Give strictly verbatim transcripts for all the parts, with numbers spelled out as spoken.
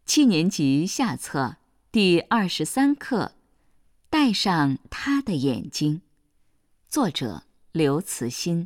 七年级下册第二十三课，戴上他的眼睛。作者刘慈欣。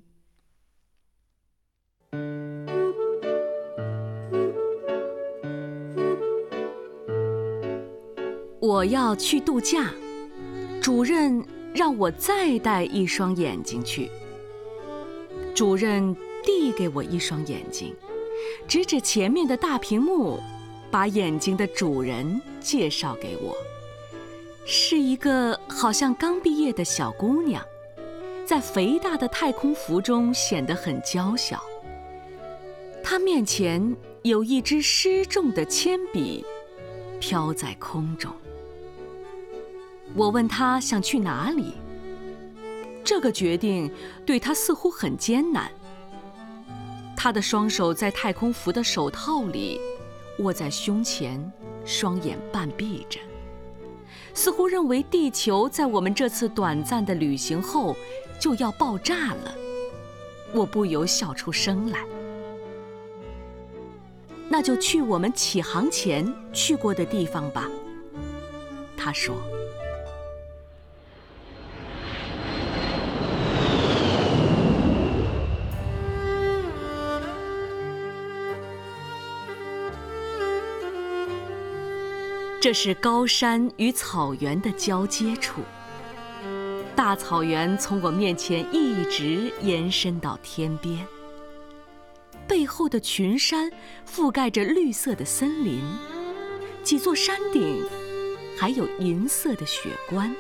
我要去度假，主任让我再带一双眼睛去。主任递给我一双眼睛，指指前面的大屏幕，把眼睛的主人介绍给我。是一个好像刚毕业的小姑娘，在肥大的太空服中显得很娇小。她面前有一支失重的铅笔，飘在空中。我问她想去哪里，这个决定对她似乎很艰难。她的双手在太空服的手套里握在胸前，双眼半闭着，似乎认为地球在我们这次短暂的旅行后就要爆炸了。我不由笑出声来。那就去我们起航前去过的地方吧，他说。这是高山与草原的交接处，大草原从我面前一直延伸到天边，背后的群山覆盖着绿色的森林，几座山顶还有银色的雪冠。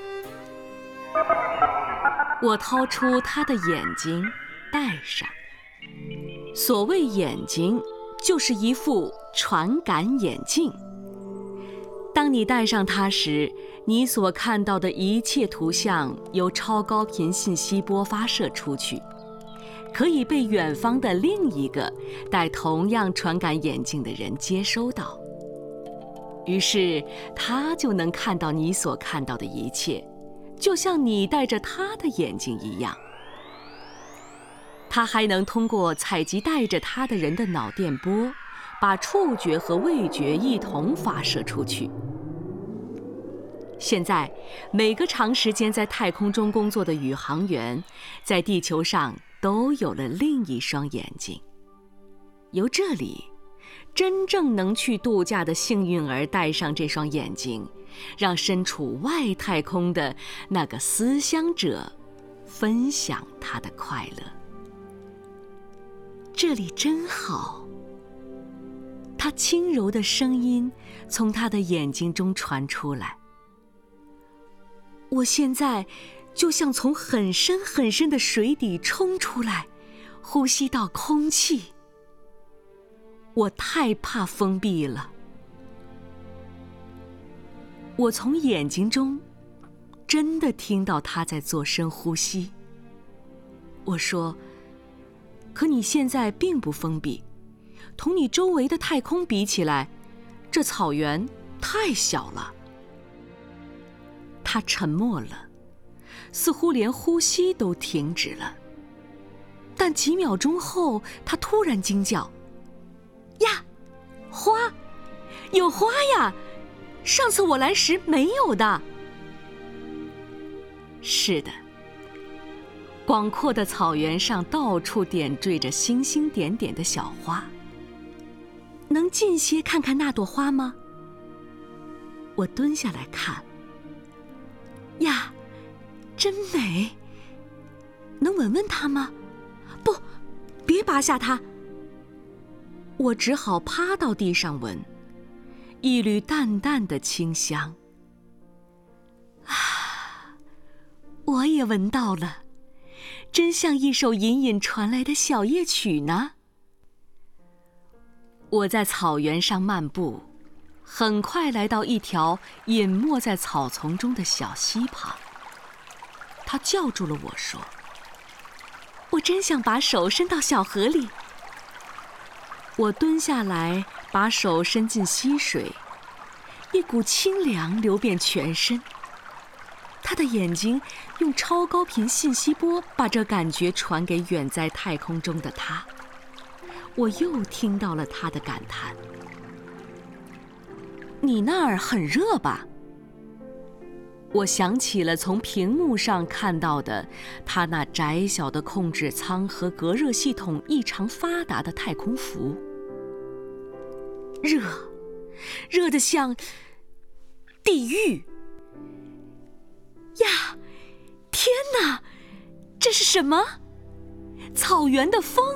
我掏出他的眼睛戴上，所谓眼睛，就是一副传感眼镜。当你戴上它时，你所看到的一切图像由超高频信息波发射出去，可以被远方的另一个戴同样传感眼镜的人接收到。于是他就能看到你所看到的一切，就像你戴着他的眼睛一样。他还能通过采集戴着他的人的脑电波，把触觉和味觉一同发射出去。现在，每个长时间在太空中工作的宇航员，在地球上都有了另一双眼睛。由这里，真正能去度假的幸运儿戴上这双眼睛，让身处外太空的那个思乡者分享他的快乐。这里真好。他轻柔的声音从他的眼睛中传出来。我现在就像从很深很深的水底冲出来，呼吸到空气。我太怕封闭了。我从眼睛中真的听到他在做深呼吸。我说，可你现在并不封闭，同你周围的太空比起来，这草原太小了。他沉默了，似乎连呼吸都停止了。但几秒钟后，他突然惊叫：“呀，花！有花呀！上次我来时没有的。”是的，广阔的草原上到处点缀着星星点点的小花。能近些看看那朵花吗？我蹲下来看。呀，真美！能闻闻它吗？不，别拔下它。我只好趴到地上闻，一缕淡淡的清香。啊，我也闻到了，真像一首隐隐传来的小夜曲呢。我在草原上漫步，很快来到一条隐没在草丛中的小溪旁。他叫住了我说：“我真想把手伸到小河里。”我蹲下来，把手伸进溪水，一股清凉流遍全身。他的眼睛用超高频信息波把这感觉传给远在太空中的他。我又听到了他的感叹： 你那儿很热吧？”我想起了从屏幕上看到的他那窄小的控制舱和隔热系统异常发达的太空服。热，热得像地狱呀！天哪，这是什么？草原的风！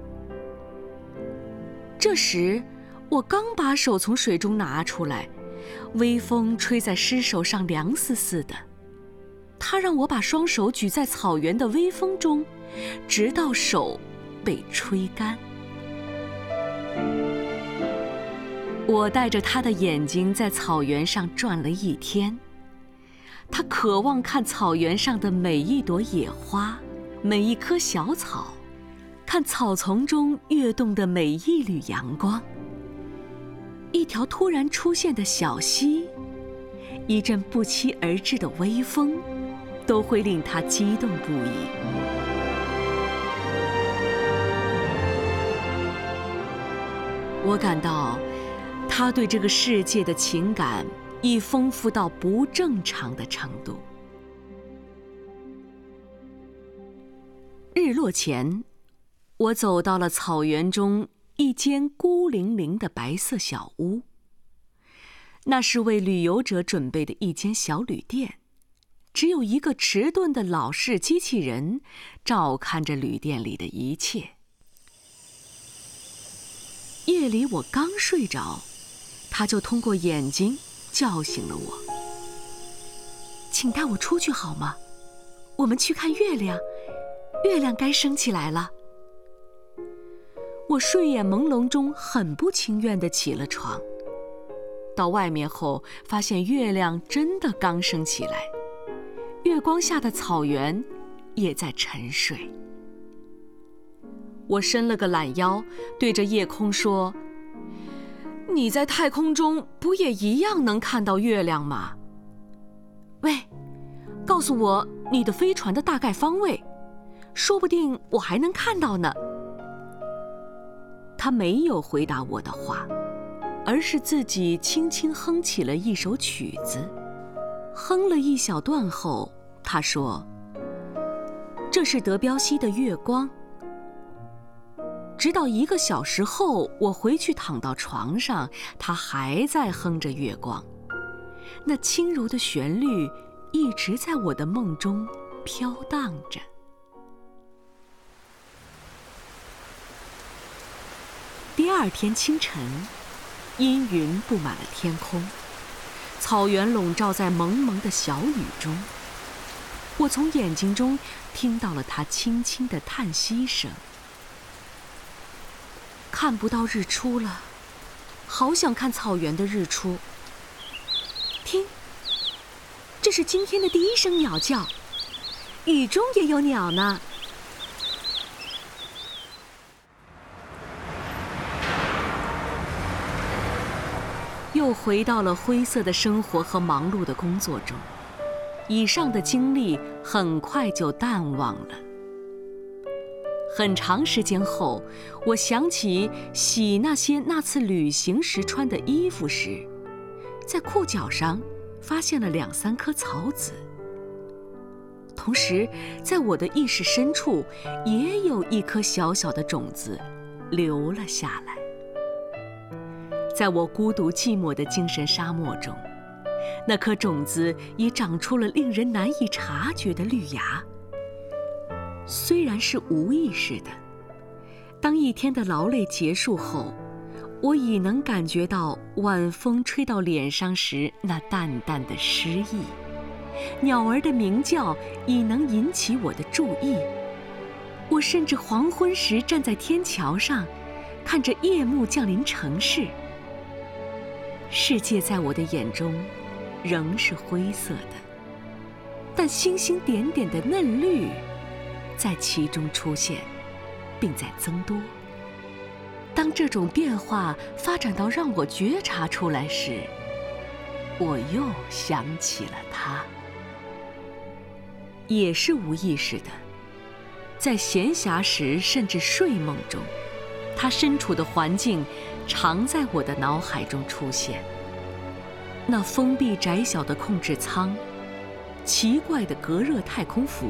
这时，我刚把手从水中拿出来，微风吹在尸首上凉丝丝的。他让我把双手举在草原的微风中，直到手被吹干。我带着他的眼睛在草原上转了一天，他渴望看草原上的每一朵野花，每一棵小草，看草丛中跃动的每一缕阳光。一条突然出现的小溪，一阵不期而至的微风，都会令他激动不已。我感到他对这个世界的情感已丰富到不正常的程度。日落前，我走到了草原中一间孤零零的白色小屋。那是为旅游者准备的一间小旅店，只有一个迟钝的老式机器人照看着旅店里的一切。夜里我刚睡着，他就通过眼睛叫醒了我。请带我出去好吗？我们去看月亮，月亮该升起来了。我睡眼朦胧中很不情愿地起了床，到外面后发现月亮真的刚升起来，月光下的草原也在沉睡。我伸了个懒腰，对着夜空说：“你在太空中不也一样能看到月亮吗？喂，告诉我你的飞船的大概方位，说不定我还能看到呢。”他没有回答我的话，而是自己轻轻哼起了一首曲子。哼了一小段后，他说：“这是德彪西的月光。”直到一个小时后，我回去躺到床上，他还在哼着月光。那轻柔的旋律一直在我的梦中飘荡着。第二天清晨，阴云布满了天空，草原笼罩在蒙蒙的小雨中。我从眼睛中听到了他轻轻的叹息声。看不到日出了，好想看草原的日出。听，这是今天的第一声鸟叫，雨中也有鸟呢。又回到了灰色的生活和忙碌的工作中，以上的经历很快就淡忘了。很长时间后，我想起洗那些那次旅行时穿的衣服时，在裤脚上发现了两三颗草籽。同时，在我的意识深处，也有一颗小小的种子流了下来。在我孤独寂寞的精神沙漠中，那颗种子已长出了令人难以察觉的绿芽。虽然是无意识的，当一天的劳累结束后，我已能感觉到晚风吹到脸上时那淡淡的诗意，鸟儿的鸣叫已能引起我的注意。我甚至黄昏时站在天桥上，看着夜幕降临城市。世界在我的眼中仍是灰色的，但星星点点的嫩绿在其中出现，并在增多。当这种变化发展到让我觉察出来时，我又想起了他。也是无意识的，在闲暇时甚至睡梦中，他身处的环境常在我的脑海中出现。 那封闭窄小的控制舱，奇怪的隔热太空服。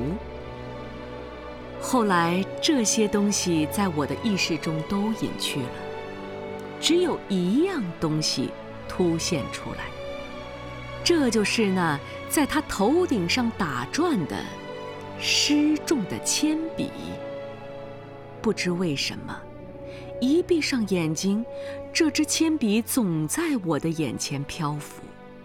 后来这些东西在我的意识中都隐去了，只有一样东西凸现出来，这就是那在他头顶上打转的失重的铅笔。不知为什么，一闭上眼睛，这支铅笔总在我的眼前漂浮。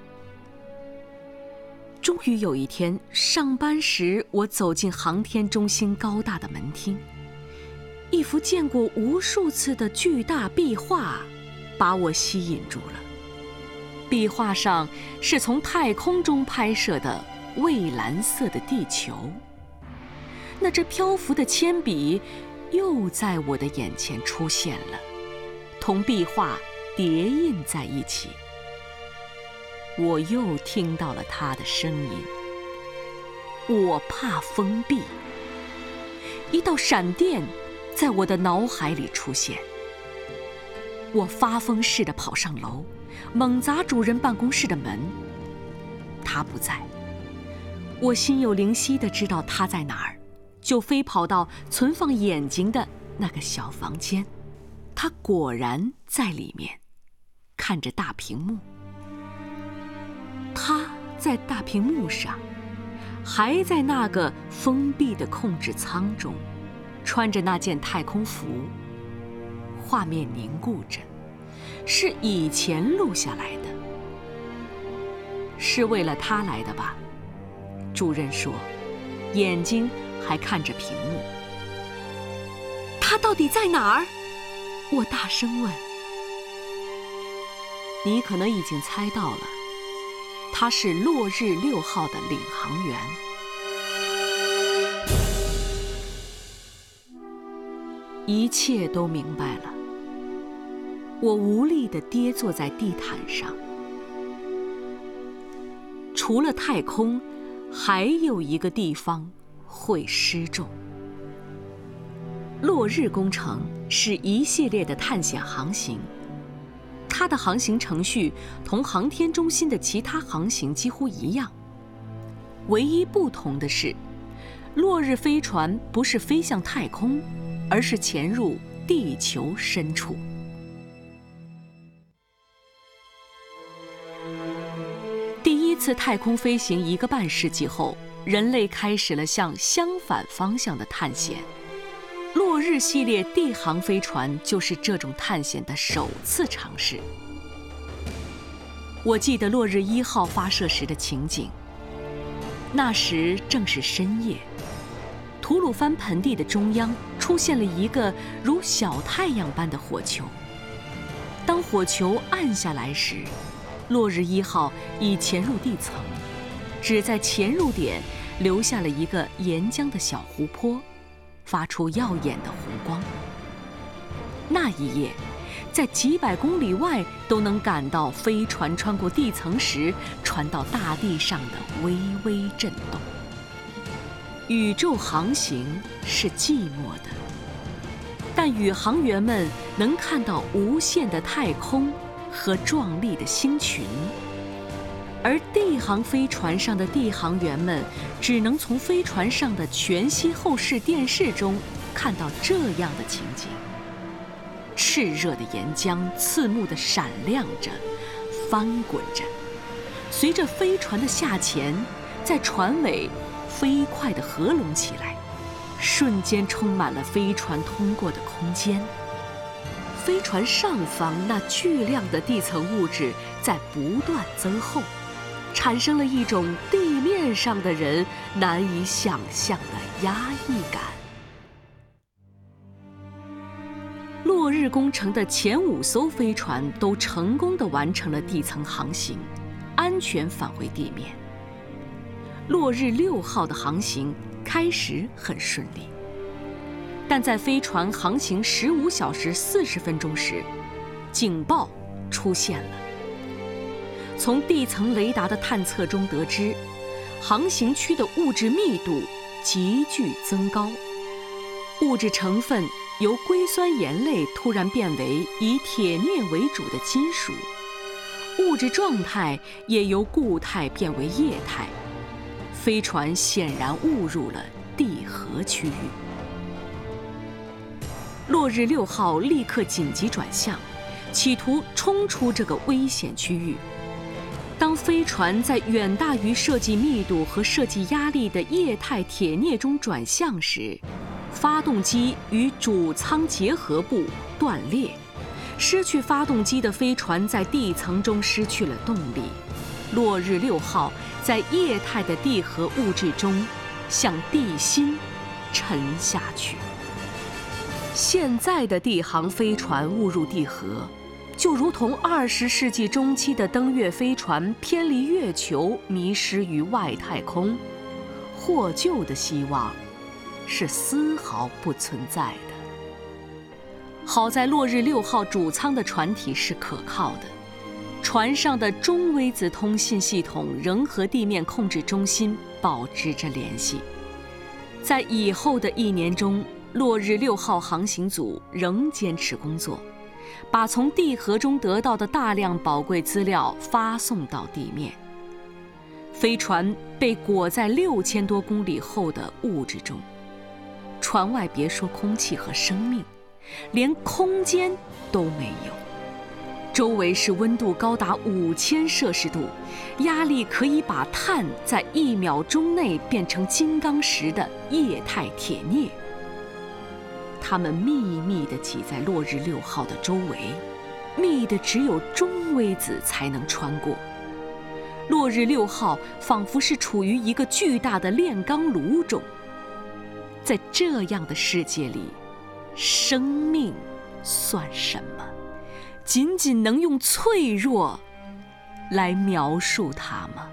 终于有一天上班时，我走进航天中心高大的门厅，一幅见过无数次的巨大壁画把我吸引住了。壁画上是从太空中拍摄的蔚蓝色的地球，那只漂浮的铅笔又在我的眼前出现了，同壁画叠印在一起。我又听到了他的声音：我怕封闭。一道闪电在我的脑海里出现，我发疯似的跑上楼，猛砸主人办公室的门。他不在，我心有灵犀地知道他在哪儿，就飞跑到存放眼睛的那个小房间。他果然在里面，看着大屏幕。他在大屏幕上，还在那个封闭的控制舱中，穿着那件太空服。画面凝固着，是以前录下来的。是为了他来的吧？主任说，眼睛还看着屏幕。他到底在哪儿？我大声问。你可能已经猜到了，他是落日六号的领航员。一切都明白了。我无力地跌坐在地毯上。除了太空，还有一个地方会失重。落日工程是一系列的探险航行，它的航行程序同航天中心的其他航行几乎一样，唯一不同的是，落日飞船不是飞向太空，而是潜入地球深处。第一次太空飞行一个半世纪后，人类开始了向相反方向的探险。落日系列地航飞船就是这种探险的首次尝试。我记得落日一号发射时的情景，那时正是深夜，吐鲁番盆地的中央出现了一个如小太阳般的火球。当火球暗下来时，落日一号已潜入地层，只在潜入点留下了一个沿江的小湖泊，发出耀眼的红光。那一夜，在几百公里外都能感到飞船穿过地层时传到大地上的微微震动。宇宙航行是寂寞的，但宇航员们能看到无限的太空和壮丽的星群，而地航飞船上的地航员们只能从飞船上的全息后视电视中看到这样的情景：炽热的岩浆刺目地闪亮着，翻滚着，随着飞船的下潜，在船尾飞快地合拢起来，瞬间充满了飞船通过的空间。飞船上方那巨量的地层物质在不断增厚，产生了一种地面上的人难以想象的压抑感。落日工程的前五艘飞船都成功地完成了地层航行，安全返回地面。落日六号的航行开始很顺利，但在飞船航行十五小时四十分钟时，警报出现了。从地层雷达的探测中得知，航行区的物质密度急剧增高，物质成分由硅酸盐类突然变为以铁镍为主的金属， 物质状态也由固态变为液态，飞船显然误入了地核区域。落日六号立刻紧急转向，企图冲出这个危险区域。当飞船在远大于设计密度和设计压力的液态铁镍中转向时，发动机与主舱结合部断裂，失去发动机的飞船在地层中失去了动力。落日六号在液态的地核物质中向地心沉下去。现在的地航飞船误入地核，就如同二十世纪中期的登月飞船偏离月球，迷失于外太空，获救的希望是丝毫不存在的。好在落日六号主舱的船体是可靠的，船上的中微子通信系统仍和地面控制中心保持着联系。在以后的一年中，落日六号航行组仍坚持工作，把从地核中得到的大量宝贵资料发送到地面。飞船被裹在六千多公里厚的物质中，船外别说空气和生命，连空间都没有。周围是温度高达五千摄氏度，压力可以把碳在一秒钟内变成金刚石的液态铁镍。它们密密地挤在落日六号的周围，密的只有中微子才能穿过。落日六号仿佛是处于一个巨大的炼钢炉中。在这样的世界里，生命算什么？仅仅能用脆弱来描述它吗？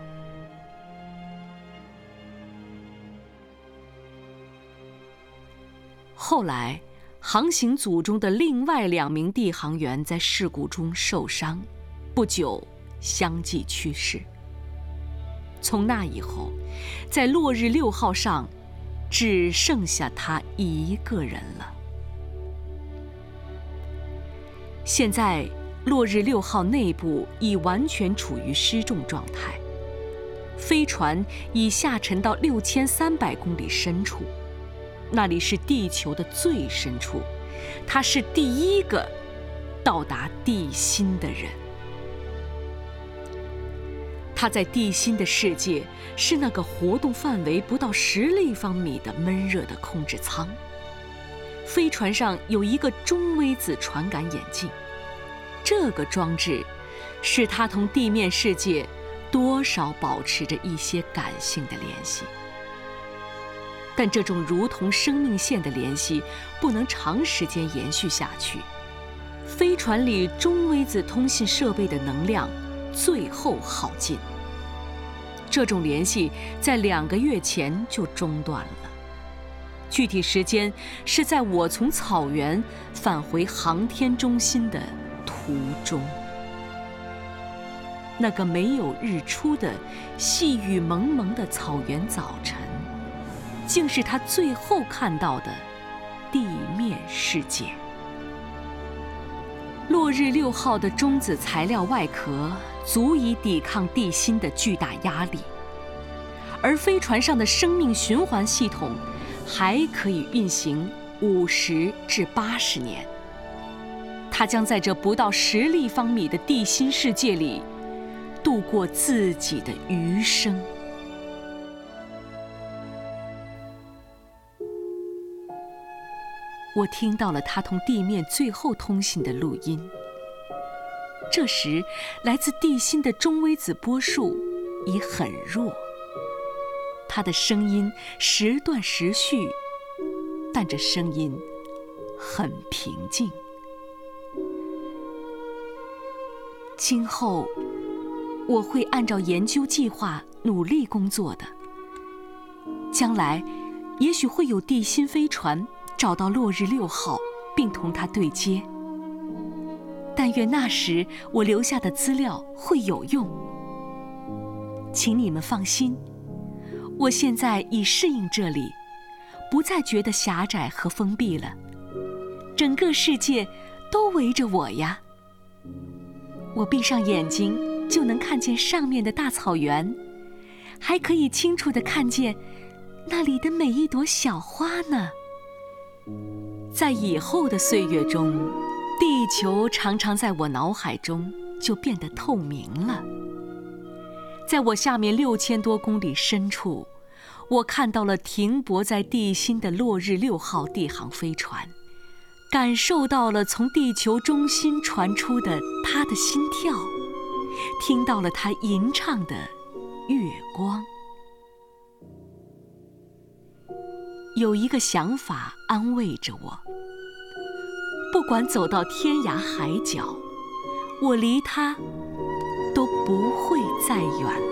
后来，航行组中的另外两名地航员在事故中受伤，不久相继去世。从那以后，在落日六号上，只剩下他一个人了。现在，落日六号内部已完全处于失重状态，飞船已下沉到六千三百公里深处。那里是地球的最深处，他是第一个到达地心的人。他在地心的世界是那个活动范围不到十立方米的闷热的控制舱。飞船上有一个中微子传感眼镜，这个装置使他同地面世界多少保持着一些感性的联系。但这种如同生命线的联系不能长时间延续下去。飞船里中微子通信设备的能量最后耗尽，这种联系在两个月前就中断了。具体时间是在我从草原返回航天中心的途中。那个没有日出的细雨蒙蒙的草原早晨，竟是他最后看到的地面世界。落日六号的中子材料外壳足以抵抗地心的巨大压力，而飞船上的生命循环系统还可以运行五十至八十年。它将在这不到十立方米的地心世界里度过自己的余生。我听到了他同地面最后通信的录音。这时，来自地心的中微子波束已很弱，他的声音时断时续，但这声音很平静。今后，我会按照研究计划努力工作的。将来，也许会有地心飞船找到落日六号，并同它对接。但愿那时我留下的资料会有用。请你们放心，我现在已适应这里，不再觉得狭窄和封闭了。整个世界都围着我呀。我闭上眼睛， 就能看见上面的大草原，还可以清楚地看见那里的每一朵小花呢。在以后的岁月中，地球常常在我脑海中就变得透明了。在我下面六千多公里深处，我看到了停泊在地心的落日六号地航飞船，感受到了从地球中心传出的它的心跳，听到了它吟唱的月光。有一个想法安慰着我，不管走到天涯海角，我离它都不会再远了。